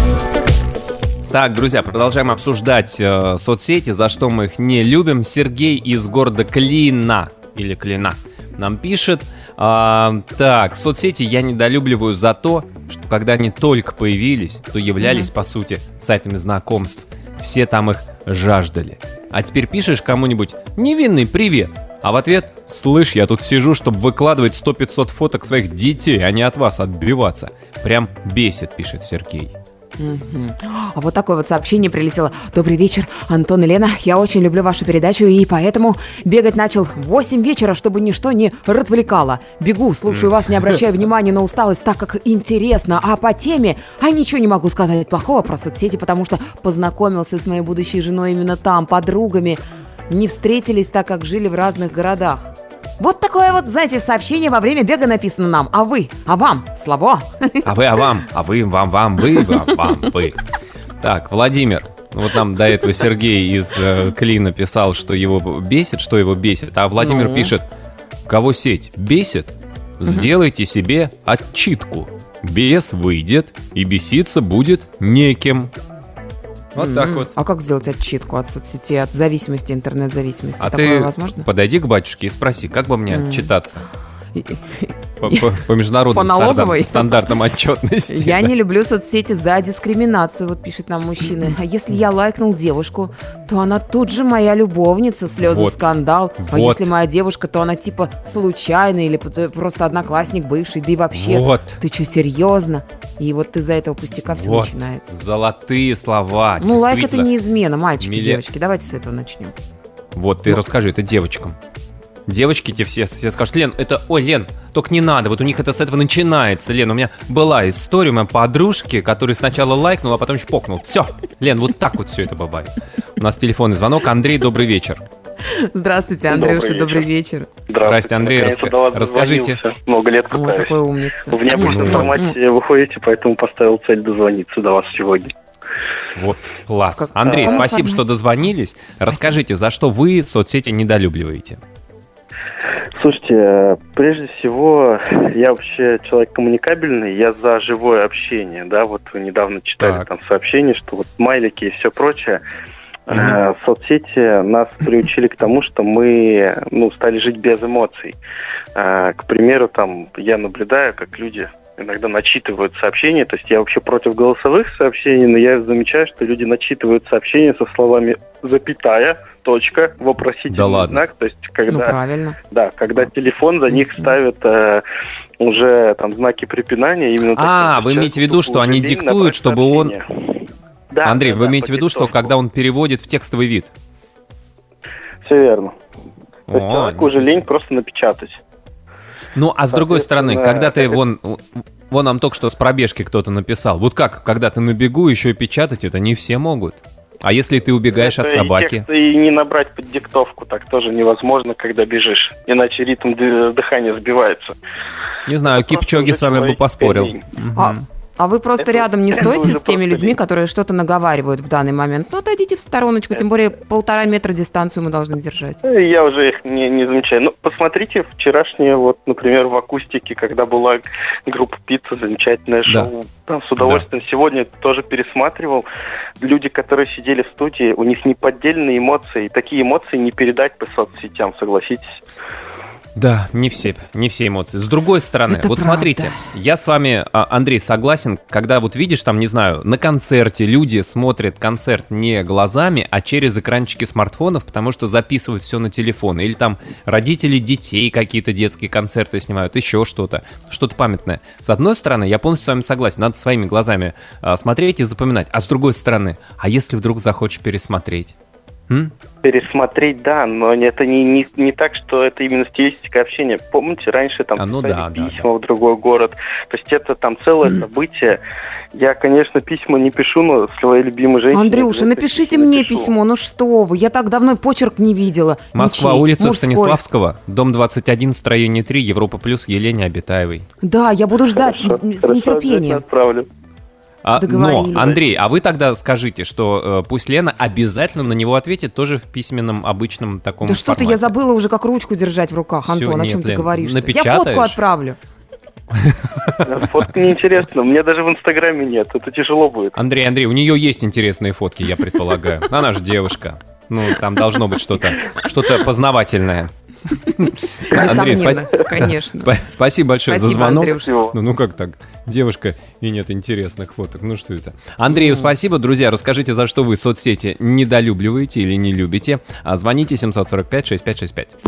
Так, друзья, продолжаем обсуждать э, соцсети, за что мы их не любим. Сергей из города Клина, или Клина, нам пишет. А, так, соцсети я недолюбливаю за то, что когда они только появились, то являлись, по сути, сайтами знакомств. Все там их жаждали. А теперь пишешь кому-нибудь «невинный привет», а в ответ «слышь, я тут сижу, чтобы выкладывать сто-пятьсот фоток своих детей, а не от вас отбиваться». Прям бесит, пишет Сергей. Мгм. А вот такое вот сообщение прилетело. Добрый вечер, Антон и Лена. Я очень люблю вашу передачу и поэтому бегать начал в восемь вечера, чтобы ничто не отвлекало. Бегу, слушаю вас, не обращая внимания на усталость, так как интересно. А по теме, а ничего не могу сказать плохого про соцсети, потому что познакомился с моей будущей женой именно там, подругами. Не встретились, так как жили в разных городах. Вот такое вот, знаете, сообщение во время бега написано нам. А вы? А вам? Слабо? А вы, а вам, а вы, вам, вам, вы, вам, вам, вы. Так, Владимир. Вот нам до этого Сергей из э, Клина писал, что его бесит, что его бесит. А Владимир Ну? пишет, кого сеть бесит, сделайте себе отчитку. Бес выйдет, и беситься будет неким. Вот так М. вот. А как сделать отчитку от соцсетей, от зависимости, интернет-зависимости? А Такое ты возможно? подойди к батюшке и спроси, как бы мне М. отчитаться по, по- по международным По налоговой? стандартам, стандартам отчетности. Я да. не люблю соцсети за дискриминацию, вот пишет нам мужчина. А если я лайкнул девушку, то она тут же моя любовница, слезы, Вот. скандал. А Вот. если моя девушка, то она типа случайная или пот- просто одноклассник бывший, да и вообще. Вот. Ты что, серьезно? И вот из-за этого пустяка все Вот. начинается. Золотые слова. Ну, лайк это действительно. не измена, мальчики, Милли- девочки. Давайте с этого начнем. Вот, ты Ну. расскажи это девочкам. Девочки тебе все, все скажут, Лен, это, ой, Лен, только не надо, вот у них это с этого начинается, Лен, у меня была история у моей подружки, которая сначала лайкнула, а потом чпокнул. Все, Лен, вот так вот все это бывает. У нас телефонный звонок. Андрей, добрый вечер. Здравствуйте, Андрюша, добрый вечер. Здрасте, Андрей, Наконец-то раска- до вас расскажите. дозвонился. Много лет Ой, пытаюсь. какой умница. В необычном Ну. формате выходите, поэтому поставил цель дозвониться до вас сегодня. Вот, класс. Как- Андрей, каком спасибо, формате? что дозвонились. Расскажите, за что вы соцсети недолюбливаете? Слушайте, прежде всего, я вообще человек коммуникабельный, я за живое общение, да, вот вы недавно читали Так. там сообщение, что вот смайлики и все прочее. Мгм. Э, соцсети нас приучили к тому, что мы, ну, стали жить без эмоций. Э, к примеру, там, я наблюдаю, как люди иногда начитывают сообщения, то есть я вообще против голосовых сообщений, но я замечаю, что люди начитывают сообщения со словами «запятая», «точка», «вопросительный Да ладно? знак», то есть Ну, когда... правильно. Да, когда телефон за них ставит э, уже там знаки препинания. Именно А, таким, вы что имеете в виду, человеку что они уже лень диктуют, набрать чтобы он- сообщение. Да, Андрей, да, вы да, имеете в виду, что по-диктовски. когда он переводит в текстовый вид? Все верно. То есть О, человеку уже лень просто напечатать. Ну, а с другой стороны, Соответственно, когда ты это- вон, вон нам только что с пробежки кто-то написал. Вот как, когда ты на бегу, еще и печатать, это не все могут. А если ты убегаешь Это от и собаки? текст, и не набрать под диктовку так тоже невозможно, когда бежишь. Иначе ритм д- дыхания сбивается. Не знаю, это просто Кипчоги уже с вами бы человеческая поспорил. лень. Мгм. А, а вы просто Это- рядом не это стоите уже с теми просто людьми, лень. которые что-то наговаривают в данный момент? Ну, отойдите в стороночку, тем более полтора метра дистанцию мы должны держать. Э, Я уже их не, не замечаю. Ну, посмотрите вчерашнее, вот, например, в акустике, когда была группа Пицца, замечательное Да. шоу. Там с удовольствием сегодня тоже пересматривал. Люди, которые сидели в студии, у них неподдельные эмоции. И такие эмоции не передать по соцсетям, согласитесь. Да, не все, не все эмоции. С другой стороны, Это вот правда. смотрите, я с вами, а, Андрей, согласен, когда вот видишь там, не знаю, на концерте люди смотрят концерт не глазами, а через экранчики смартфонов, потому что записывают все на телефон. Или там родители детей какие-то детские концерты снимают, еще что-то, что-то памятное. С одной стороны, я полностью с вами согласен, надо своими глазами а, смотреть и запоминать. А с другой стороны, а если вдруг захочешь пересмотреть? М? Пересмотреть, да, но это не, не, не так, что это именно стилистика общения. Помните, раньше там А, ну писали да, да, письма в другой город. То есть это там целое событие. Я, конечно, письма не пишу, но своей любимой женщине... Андрюша, обязательно напишите письма мне напишу. письмо, ну что вы, я так давно почерк не видела. Москва, Ничей, улица мужской. Станиславского, дом двадцать один, строение три, Европа плюс, Елене Обитаевой. Да, я буду ждать Хорошо, с- с хорошо, обязательно нетерпением. отправлю. А, но, Договорились. Андрей, а вы тогда скажите, что э, пусть Лена обязательно на него ответит тоже в письменном, обычном таком Да что ты, я формате. забыла уже, как ручку держать в руках, Всё, Антон, о нет, чем ты Лен, говоришь? Я напечатаешь? фотку отправлю. Фотка неинтересна. Мне даже в Инстаграме нет. Это тяжело будет. Андрей, Андрей, у нее есть интересные фотки, я предполагаю. Она же девушка. Ну, там должно быть что-то, что-то познавательное. Андрей, Несомненно, спа- конечно. спа- спасибо большое за Спасибо, звонок. Андрюш. Всего. Ну, ну как так? Девушка и нет интересных фоток. Ну что это? Андрею спасибо. Друзья, расскажите, за что вы соцсети недолюбливаете или не любите. А звоните семьсот сорок пять шестьдесят пять шестьдесят пять.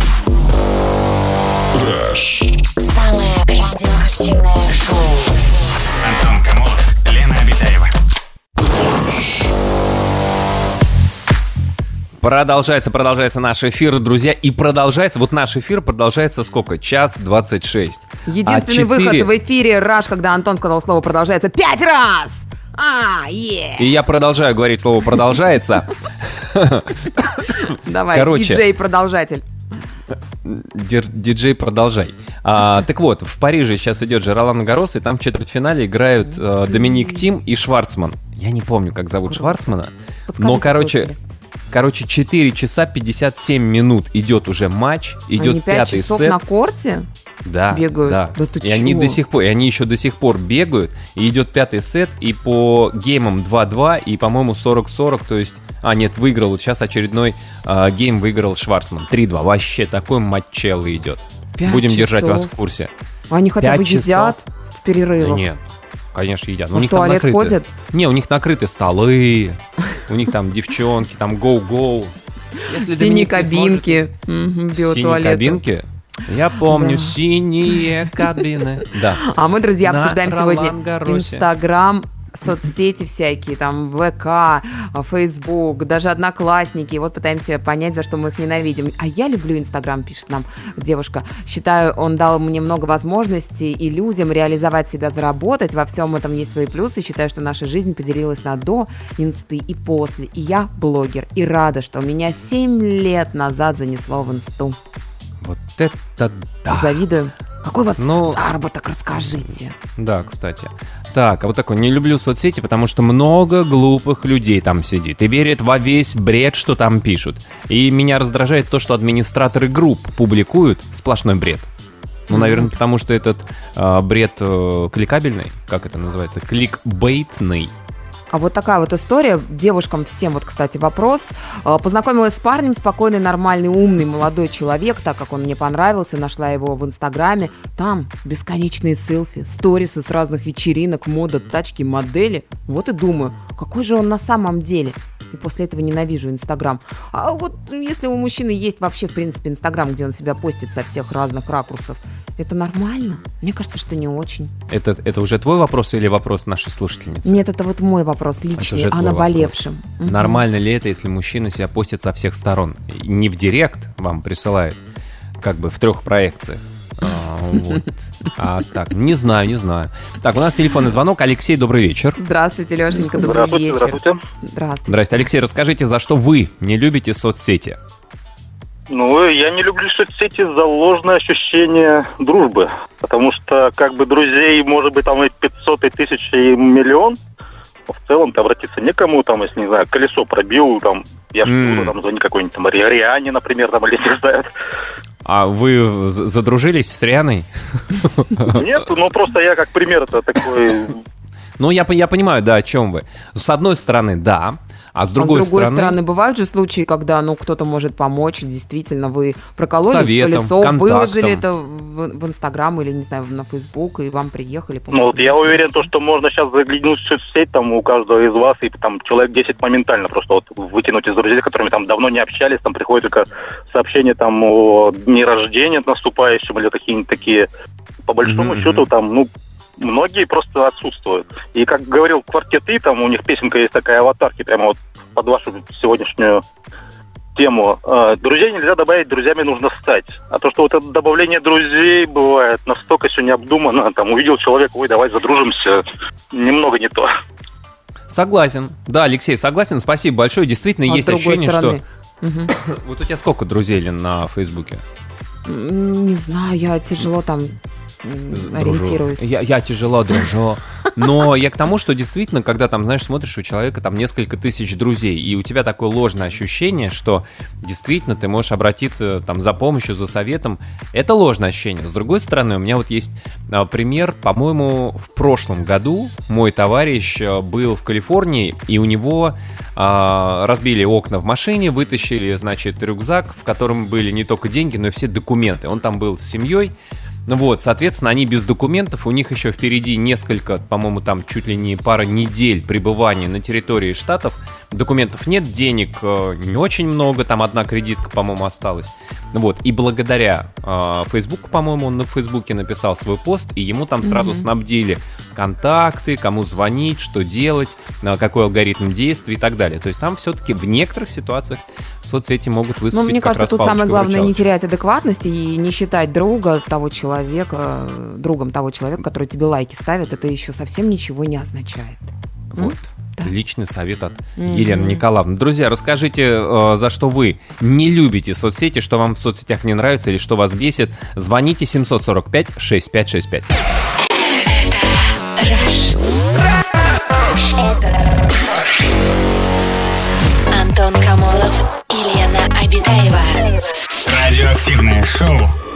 Самое радиоактивное шоу. Антон Камолов, Лена Обитаева. Продолжается, продолжается наш эфир, друзья. И продолжается, вот наш эфир продолжается сколько? Час двадцать шесть. Единственный А выход четыре- в эфире «Раш», когда Антон сказал слово «продолжается» пять раз! А, е! И я продолжаю говорить слово «продолжается». Давай, Короче. диджей-продолжатель. Дир- Диджей, продолжай. А, так вот, в Париже сейчас идет же Ролан Гаррос, и там в четвертьфинале играют э, Доминик Тим и Шварцман. Я не помню, как зовут Шварцмана, но, Подскажите, короче, слушатели. короче, четыре часа пятьдесят семь минут идет уже матч, идет Они пять пятый часов сет. на корте? Да, бегают? Да. Да ты и они чё? до сих пор, и они еще до сих пор бегают. И идет пятый сет, и по геймам два-два, и, по-моему, сорок-сорок, то есть... А, нет, выиграл, вот сейчас очередной э, гейм выиграл Шварцман. три-два, вообще такой матчелло идет. Пять Будем держать вас часов. в курсе. Они хотя бы Пять едят в Да перерывах? нет, конечно, едят. Но Ну, у в них там туалет накрыты. ходят? Не, у них накрыты столы, у них там девчонки, там гоу-гоу. Если Синие Доминик не сможет- кабинки, мгм, Синие биотуалеты. кабинки? Я помню, Да. синие кабины. Да. А мы, друзья, На обсуждаем сегодня Ролан-Гарросе. Инстаграм, соцсети всякие, там, ВК, Фейсбук, даже Одноклассники. И вот пытаемся понять, за что мы их ненавидим. А я люблю Инстаграм, пишет нам девушка. Считаю, он дал мне много возможностей и людям реализовать себя, заработать. Во всем этом есть свои плюсы. Считаю, что наша жизнь поделилась на до инсты и после. И я блогер. И рада, что меня семь лет назад занесло в инсту. Вот это да. Завидую. Какой у вас Ну, заработок, расскажите. Да, кстати. Так, а вот такой, не люблю соцсети, потому что много глупых людей там сидит и верит во весь бред, что там пишут. И меня раздражает то, что администраторы групп публикуют сплошной бред. Ну, наверное, потому что этот э, бред э, кликабельный, как это называется, кликбейтный. А вот такая вот история. Девушкам всем, вот, кстати, вопрос. Э, Познакомилась с парнем, спокойный, нормальный, умный, молодой человек, так как он мне понравился, нашла его в Инстаграме. Там бесконечные селфи, сторисы с разных вечеринок, мода, тачки, модели. Вот и думаю, какой же он на самом деле? И после этого ненавижу Инстаграм. А вот если у мужчины есть вообще, в принципе, Инстаграм, где он себя постит со всех разных ракурсов, это нормально? Мне кажется, что не очень. Это, это уже твой вопрос или вопрос нашей слушательницы? Нет, это вот мой вопрос личный, о наболевшем. Угу. Нормально ли это, если мужчина себя постит со всех сторон? Не в директ вам присылает, как бы в трех проекциях. А, вот. А так, не знаю, не знаю. Так, у нас телефонный звонок. Алексей, добрый вечер. Здравствуйте, Лешенька, добрый Здравствуйте, вечер. здравствуйте. Здравствуйте. Здрасте, Алексей, расскажите, за что вы не любите соцсети? Ну, я не люблю соцсети за ложное ощущение дружбы. Потому что, как бы, друзей может быть там и пятьсот, и тысяча, и миллион. В целом-то обратиться некому, там, если, не знаю, колесо пробил, там, я Mm. что-то, там, звони какой-нибудь, там, Риане, например, там, или не знаю. А вы з- задружились с Рианой? Нет, ну, просто я, как пример, это такой... Ну, я, по- я понимаю, да, о чем вы. С одной стороны, да, а с А другой, с другой стороны... стороны, бывают же случаи, когда, ну, кто-то может помочь, и действительно, вы прокололи Советом, колесо, контактом. выложили это в, в Инстаграм или, не знаю, на Фейсбук, и вам приехали, помогли. Ну, вот я уверен, то, что можно сейчас заглянуть в соцсеть, там, у каждого из вас, и там человек десять моментально просто вот вытянуть из друзей, с которыми там давно не общались, там приходят только сообщения там о дне рождения наступающем, или какие-нибудь такие, по большому Mm-hmm. счету, там, ну, многие просто отсутствуют. И, как говорил Квартет И, там у них песенка есть такая, аватарки, прямо вот под вашу сегодняшнюю тему. Э, Друзей нельзя добавить, друзьями нужно стать. А то, что вот это добавление друзей бывает настолько все необдуманно, там увидел человека, ой, давай задружимся, немного не то. Согласен. Да, Алексей, согласен. Спасибо большое. Действительно, А есть с другой ощущение, стороны, что... Вот у тебя сколько друзей, Лен, на Фейсбуке? м, не знаю, я тяжело там м, Дружу. ориентируюсь. Я, я тяжело дружу. Но я к тому, что действительно, когда там, знаешь, смотришь, у человека там несколько тысяч друзей, и у тебя такое ложное ощущение, что действительно ты можешь обратиться там за помощью, за советом. Это ложное ощущение. С другой стороны, у меня вот есть а, пример, по-моему, в прошлом году мой товарищ а, был в Калифорнии, и у него а, разбили окна в машине, вытащили, значит, рюкзак, в котором были не только деньги, но и все документы. Он там был с семьей. Ну вот, соответственно, они без документов, у них еще впереди несколько, по-моему, там чуть ли не пара недель пребывания на территории Штатов. Документов нет, денег э, не очень много, там одна кредитка, по-моему, осталась. Вот, и благодаря э, Фейсбуку, по-моему, он на Фейсбуке написал свой пост, и ему там сразу Мгм. снабдили контакты, кому звонить, что делать, э, какой алгоритм действий и так далее. То есть там все-таки в некоторых ситуациях соцсети могут выступить Ну, мне как кажется, раз тут самое главное не палочкой-выручалочкой. терять адекватности и не считать друга того человека, другом того человека, который тебе лайки ставит. Это еще совсем ничего не означает. Вот. Да. Личный совет от Мгм. Елены Николаевны. Друзья, расскажите, э, за что вы не любите соцсети, что вам в соцсетях не нравится или что вас бесит. Звоните семьсот сорок пять шестьдесят пять шестьдесят пять. Антон Камолов и Лена Обитаева. Радиоактивное шоу.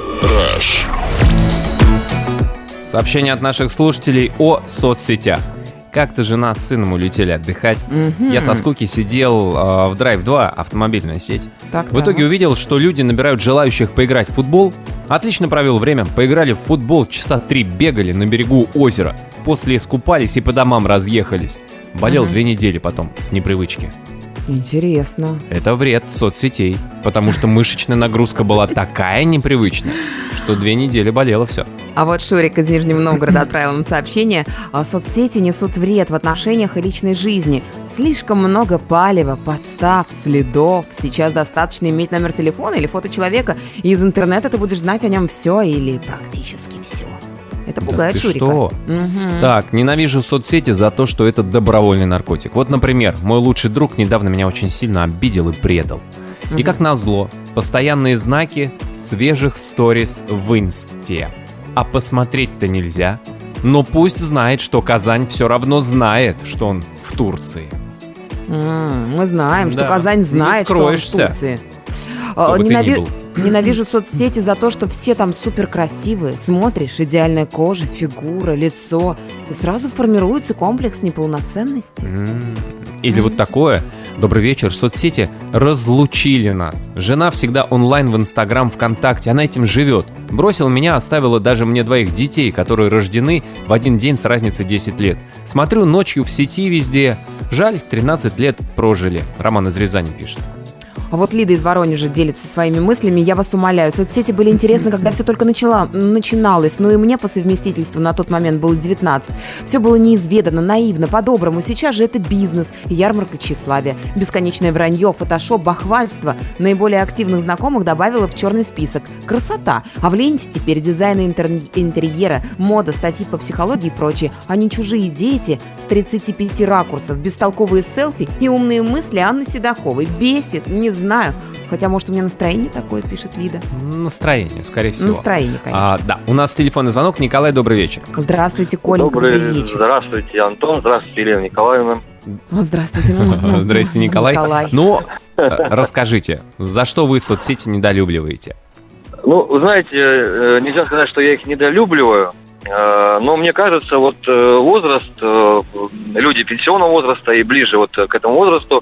Сообщение от наших слушателей о соцсетях. Как-то жена с сыном улетели отдыхать. Мгм. Я со скуки сидел э, в драйв два, автомобильная сеть. Так, В итоге так. увидел, что люди набирают желающих поиграть в футбол. Отлично провел время. Поиграли в футбол, часа три бегали на берегу озера. После искупались и по домам разъехались. Болел Мгм. две недели потом с непривычки. Интересно. Это вред соцсетей, потому что мышечная нагрузка была такая непривычная, что две недели болело все. А вот Шурик из Нижнего Новгорода отправил нам сообщение. «А соцсети несут вред в отношениях и личной жизни. Слишком много палева, подстав, следов. Сейчас достаточно иметь номер телефона или фото человека, и из интернета ты будешь знать о нем все или практически все». Это Да пугает ты Шурика. что? Мгм. Так, ненавижу соцсети за то, что это добровольный наркотик. Вот, например, мой лучший друг недавно меня очень сильно обидел и предал. И Мгм. как назло, постоянные знаки свежих сторис в инсте. а посмотреть-то нельзя. Но пусть знает, что Казань все равно знает, что он в Турции. М, Мы знаем, что Да. Казань Не знает, что он в скроешься. Турции. Кто А, бы ты ни ненави- был. Ненавижу соцсети за то, что все там супер красивые. Смотришь, идеальная кожа, фигура, лицо. И сразу формируется комплекс неполноценности. М. Или вот такое. Добрый вечер. Соцсети разлучили нас. Жена всегда онлайн в Инстаграм, ВКонтакте. Она этим живет. Бросила меня, оставила даже мне двоих детей, которые рождены в один день с разницей десять лет. Смотрю ночью в сети везде. Жаль, тринадцать лет прожили. Роман из Рязани пишет. А вот Лида из Воронежа делится своими мыслями. Я вас умоляю, соцсети были интересны, когда все только начала, начиналось. Но и мне по совместительству на тот момент было девятнадцать. Все было неизведанно, наивно, по-доброму. Сейчас же это бизнес, ярмарка тщеславия. Бесконечное вранье, фотошоп, бахвальство. Наиболее активных знакомых добавила в черный список. Красота. А в ленте теперь дизайн интер- интерьера, мода, статьи по психологии и прочее. А не чужие дети с тридцати пяти ракурсов, бестолковые селфи и умные мысли Анны Седоковой. Бесит, не знаю. Хотя, может, у меня настроение такое, пишет Лида. Настроение, скорее всего. Настроение, конечно. А, да, у нас телефонный звонок. Николай, добрый вечер. Здравствуйте, Коленька, Добрый, добрый вечер. Здравствуйте, Антон. Здравствуйте, Елена Николаевна. О, здравствуйте. Здрасте, Николай. Николай. Ну, э, расскажите, за что вы соцсети недолюбливаете? Ну, вы знаете, э, нельзя сказать, что я их недолюбливаю, э, но мне кажется, вот э, возраст, э, люди пенсионного возраста и ближе вот к этому возрасту,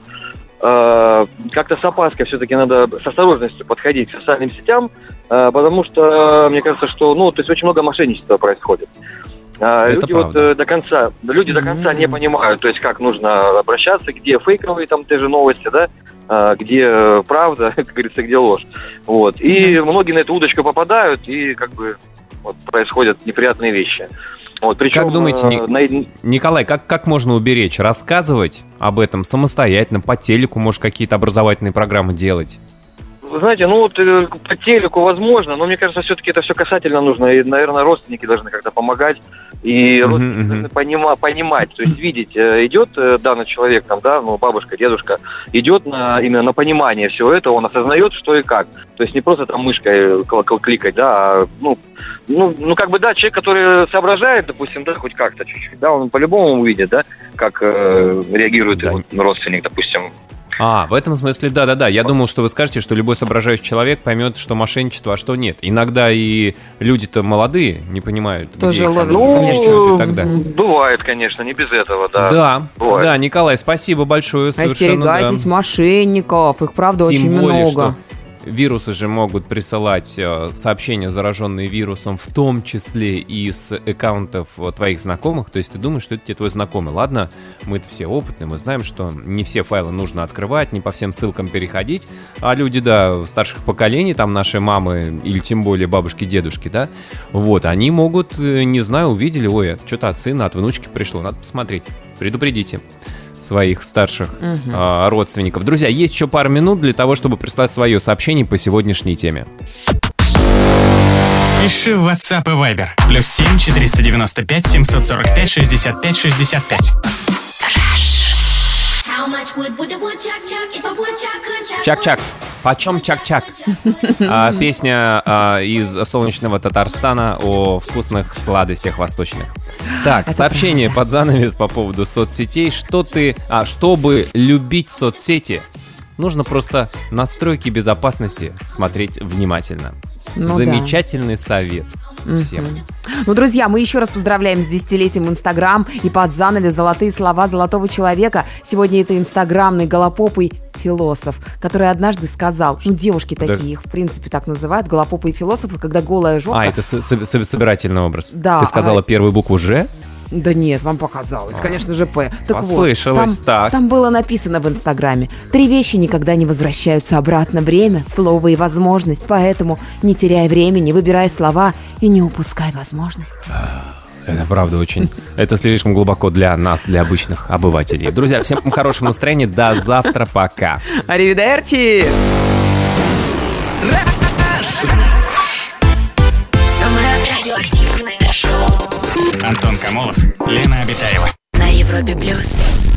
э, как-то с опаской все-таки надо с осторожностью подходить к социальным сетям, э, потому что, мне кажется, что, ну, то есть очень много мошенничества происходит. А, Это люди правда. вот э, до конца, люди до конца не понимают, то есть как нужно обращаться, где фейковые там те же новости, да, а, где э, правда, как говорится, где ложь. Вот. И многие на эту удочку попадают, и как бы вот, происходят неприятные вещи. Вот, причем, Как думаете, Ни- э, на- Николай, как, как можно уберечь? Рассказывать об этом самостоятельно, по телеку, может, какие-то образовательные программы делать? Вы знаете, ну вот э, по телеку возможно, но мне кажется, все-таки это все касательно нужно. И, наверное, родственники должны как-то помогать. И Мгм, родственники мгм. должны понима- понимать, то есть видеть, э, идет э, данный человек, там, да, ну, бабушка, дедушка, идет на, именно на понимание всего этого, он осознает, что и как. То есть не просто там мышкой кл- кл- кликать, да, а, ну, ну, ну, как бы, да, человек, который соображает, допустим, да, хоть как-то чуть-чуть, да, он по-любому увидит, да, как э, реагирует Да. его родственник, допустим. А, в этом смысле, да-да-да. Я думал, что вы скажете, что любой соображающий человек поймет, что мошенничество, а что нет. Иногда и люди-то молодые не понимают, Тоже где их там ловятся, умещают и так далее. Бывает, конечно, не без этого, да. Да, бывает. да, Николай, спасибо большое. Совершенно, да. Остерегайтесь мошенников, их, правда, Тем очень более, много. что вирусы же могут присылать э, сообщения, зараженные вирусом, в том числе и с аккаунтов э, твоих знакомых. То есть ты думаешь, что это тебе твой знакомый. Ладно, мы-то все опытные, мы знаем, что не все файлы нужно открывать, не по всем ссылкам переходить. А люди, да, старших поколений, там наши мамы или тем более бабушки, дедушки, да, вот, они могут, э, не знаю, увидели, ой, это что-то от сына, от внучки пришло, надо посмотреть. Предупредите своих старших Мгм. а, родственников. Друзья, есть еще пару минут для того, чтобы прислать свое сообщение по сегодняшней теме. Пиши в WhatsApp и Viber. Плюс семь четыреста девяносто пять семьсот сорок пять шестьдесят пять шестьдесят пять. Чак-чак. Почем чак-чак? А, песня а, из солнечного Татарстана о вкусных сладостях восточных. Так, Это сообщение под занавес по поводу соцсетей. Что ты... А, чтобы любить соцсети, нужно просто настройки безопасности смотреть внимательно. Ну да. Замечательный совет всем. Мгм. Ну, друзья, мы еще раз поздравляем с десятилетием Инстаграм и под занавес золотые слова золотого человека. Сегодня это инстаграмный голопопый философ, который однажды сказал, ну, девушки Да. такие, их в принципе так называют, голопопые философы, когда голая жопа... А, это со- со- со- собирательный образ. Да, Ты сказала а- первую букву «Ж»? Да нет, вам показалось, конечно же, П. Так Послышалось, вот, там, так. там было написано в Инстаграме: три вещи никогда не возвращаются обратно: время, слово и возможность. Поэтому не теряй времени, выбирай слова и не упускай возможности. Это правда очень... Это слишком глубоко для нас, для обычных обывателей. Друзья, всем хорошего настроения. До завтра. Пока. Аривидерчи! Самое радиоактивное шоу Антон Камолов, Лена Обитаева. на Европе плюс.